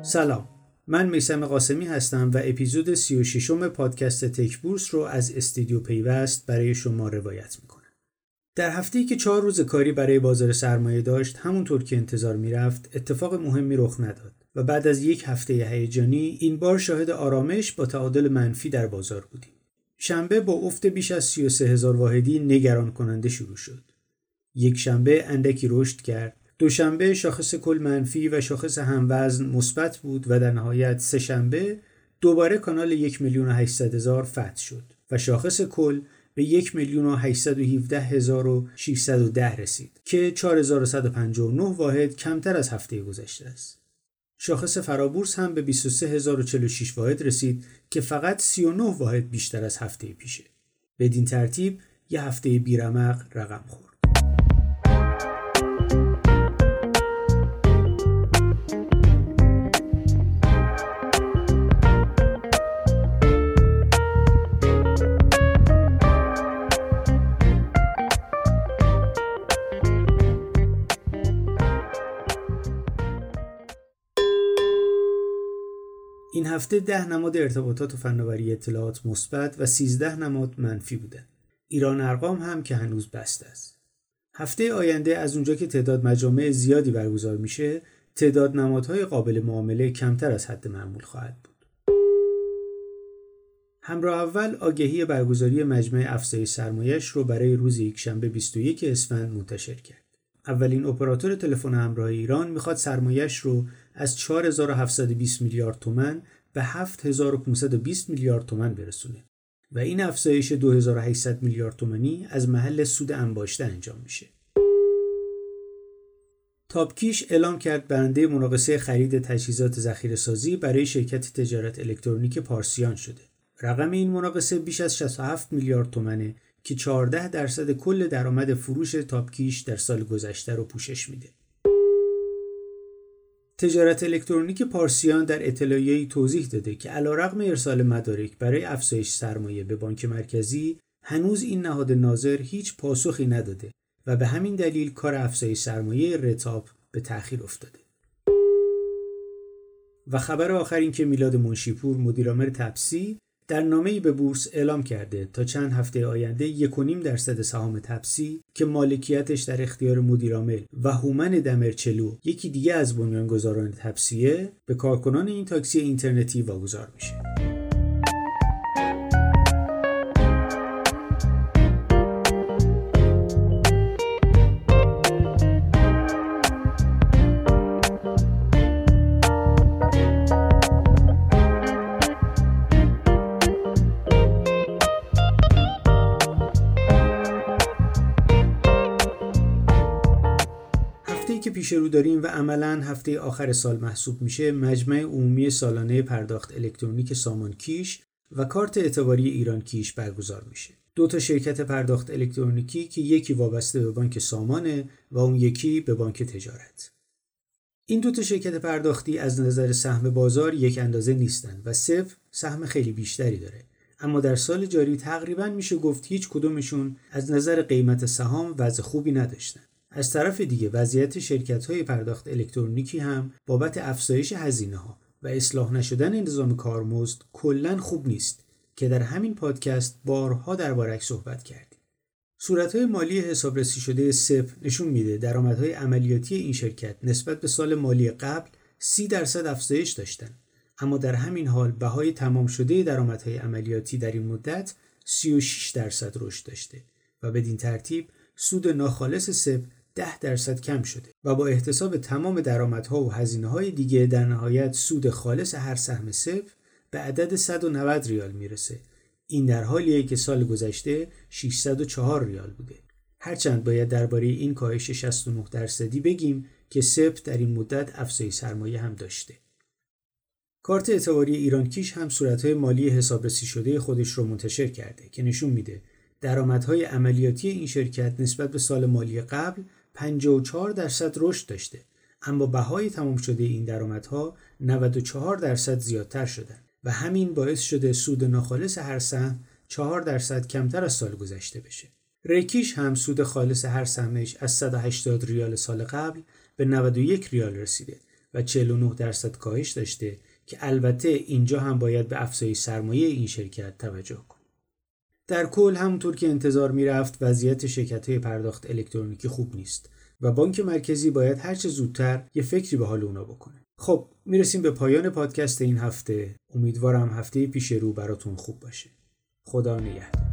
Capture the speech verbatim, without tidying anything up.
سلام، من میثم قاسمی هستم و اپیزود سی و ششم پادکست تک بورس رو از استودیو پیوست برای شما روایت میکنم. در هفته‌ای که چهار روز کاری برای بازار سرمایه داشت، همونطور که انتظار میرفت، اتفاق مهمی رخ نداد و بعد از یک هفته هیجانی این بار شاهد آرامش با تعادل منفی در بازار بودیم. شنبه با افت بیش از سی و سه هزار واحدی نگران کننده شروع شد. یک شنبه اندکی رشد کرد. دوشنبه شاخص کل منفی و شاخص هموزن مثبت بود و در نهایت سه شنبه دوباره کانال یک میلیون و هشتصد هزار فتح شد و شاخص کل به یک میلیون و هشتصد و هفده هزار و ششصد و ده رسید که چهار هزار و صد و پنجاه و نه واحد کمتر از هفته گذشته است. شاخص فرابورس هم به بیست و سه هزار و چهل و شش واحد رسید که فقط سی و نه واحد بیشتر از هفته پیشه. بدین ترتیب یه هفته بیرمق رقم خورد. این هفته ده نماد ارتباطات و فناوری اطلاعات مثبت و سیزده نماد منفی بودند. ایران ارقام هم که هنوز بسته است. هفته آینده از اونجا که تعداد مجامع زیادی برگزار میشه، تعداد نمادهای قابل معامله کمتر از حد معمول خواهد بود. همراه اول آگهی برگزاری مجمع افزایش سرمایه‌اش رو برای روز یکشنبه بیست و یک اسفند منتشر کرد. اولین اپراتور تلفن همراه ایران میخواد سرمایه‌اش رو از چهار هزار و هفتصد و بیست میلیارد تومان به هفت هزار و پانصد و بیست میلیارد تومان برسونه و این افزایش دو هزار و هشتصد میلیارد تومانی از محل سود انباشته انجام میشه. تاپکیش اعلام کرد برنده مناقصه خرید تجهیزات ذخیره‌سازی برای شرکت تجارت الکترونیک پارسیان شده. رقم این مناقصه بیش از شصت و هفت میلیارد تومانه که چهارده درصد کل درآمد فروش تاپکیش در سال گذشته رو پوشش میده. تجارت الکترونیک پارسیان در اطلاعیه‌ای توضیح داده که علیرغم ارسال مدارک برای افزایش سرمایه به بانک مرکزی، هنوز این نهاد ناظر هیچ پاسخی نداده و به همین دلیل کار افزایش سرمایه رتاب به تأخیر افتاده. و خبر آخر این که میلاد منشیپور مدیرعامل تپسی در نامه‌ای به بورس اعلام کرده تا چند هفته آینده یک و نیم درصد سهام تپسی که مالکیتش در اختیار مدیرعامل و هومن دمرچلو یکی دیگه از بنیانگذاران تپسیه به کارکنان این تاکسی اینترنتی واگذار میشه. که پیش رو داریم و عملاً هفته آخر سال محسوب میشه، مجمع عمومی سالانه پرداخت الکترونیک سامان کیش و کارت اعتباری ایران کیش برگزار میشه. دو تا شرکت پرداخت الکترونیکی که یکی وابسته به بانک سامانه و اون یکی به بانک تجارت. این دو تا شرکت پرداختی از نظر سهم بازار یک اندازه نیستن و صفر سهم خیلی بیشتری داره. اما در سال جاری تقریباً میشه گفت هیچ کدومشون از نظر قیمت سهام وضع خوبی نداشتن. از طرف دیگه وضعیت شرکت‌های پرداخت الکترونیکی هم بابت افزایش هزینه‌ها و اصلاح نشدن نظام کارمزد کلاً خوب نیست که در همین پادکست بارها درباره‌اش صحبت کردیم. صورت‌های مالی حسابرسی شده سپ نشون میده درآمدهای عملیاتی این شرکت نسبت به سال مالی قبل سی درصد افزایش داشتن، اما در همین حال بهای تمام شده درآمدهای عملیاتی در این مدت سی و شش درصد رشد داشته و بدین ترتیب سود ناخالص سپ ده درصد کم شده و با احتساب تمام درآمدها و هزینه‌های دیگه در نهایت سود خالص هر سهم سپ به عدد صد و نود ریال میرسه. این در حالیه که سال گذشته ششصد و چهار ریال بوده. هرچند باید درباره این کاهش شصت و نه درصدی بگیم که سپ در این مدت افزایش سرمایه هم داشته. کارت اعتباری ایران کیش هم صورت‌های مالی حسابرسی شده خودش رو منتشر کرده که نشون میده درآمدهای عملیاتی این شرکت نسبت به سال مالی قبل پنجاه و چهار درصد رشد داشته، اما بهای تمام شده این درآمدها نود و چهار درصد زیادتر شدن و همین باعث شده سود ناخالص هر سهم چهار درصد کمتر از سال گذشته بشه. ریکیش هم سود خالص هر سهمش از صد و هشتاد ریال سال قبل به نود و یک ریال رسیده و چهل و نه درصد کاهش داشته که البته اینجا هم باید به افزایش سرمایه این شرکت توجه کنیم. در کل همونطور که انتظار میرفت وضعیت شرکت‌های پرداخت الکترونیکی خوب نیست و بانک مرکزی باید هر چه زودتر یه فکری به حال اونا بکنه. خب میرسیم به پایان پادکست این هفته. امیدوارم هفته پیش رو براتون خوب باشه. خدا نگهدار.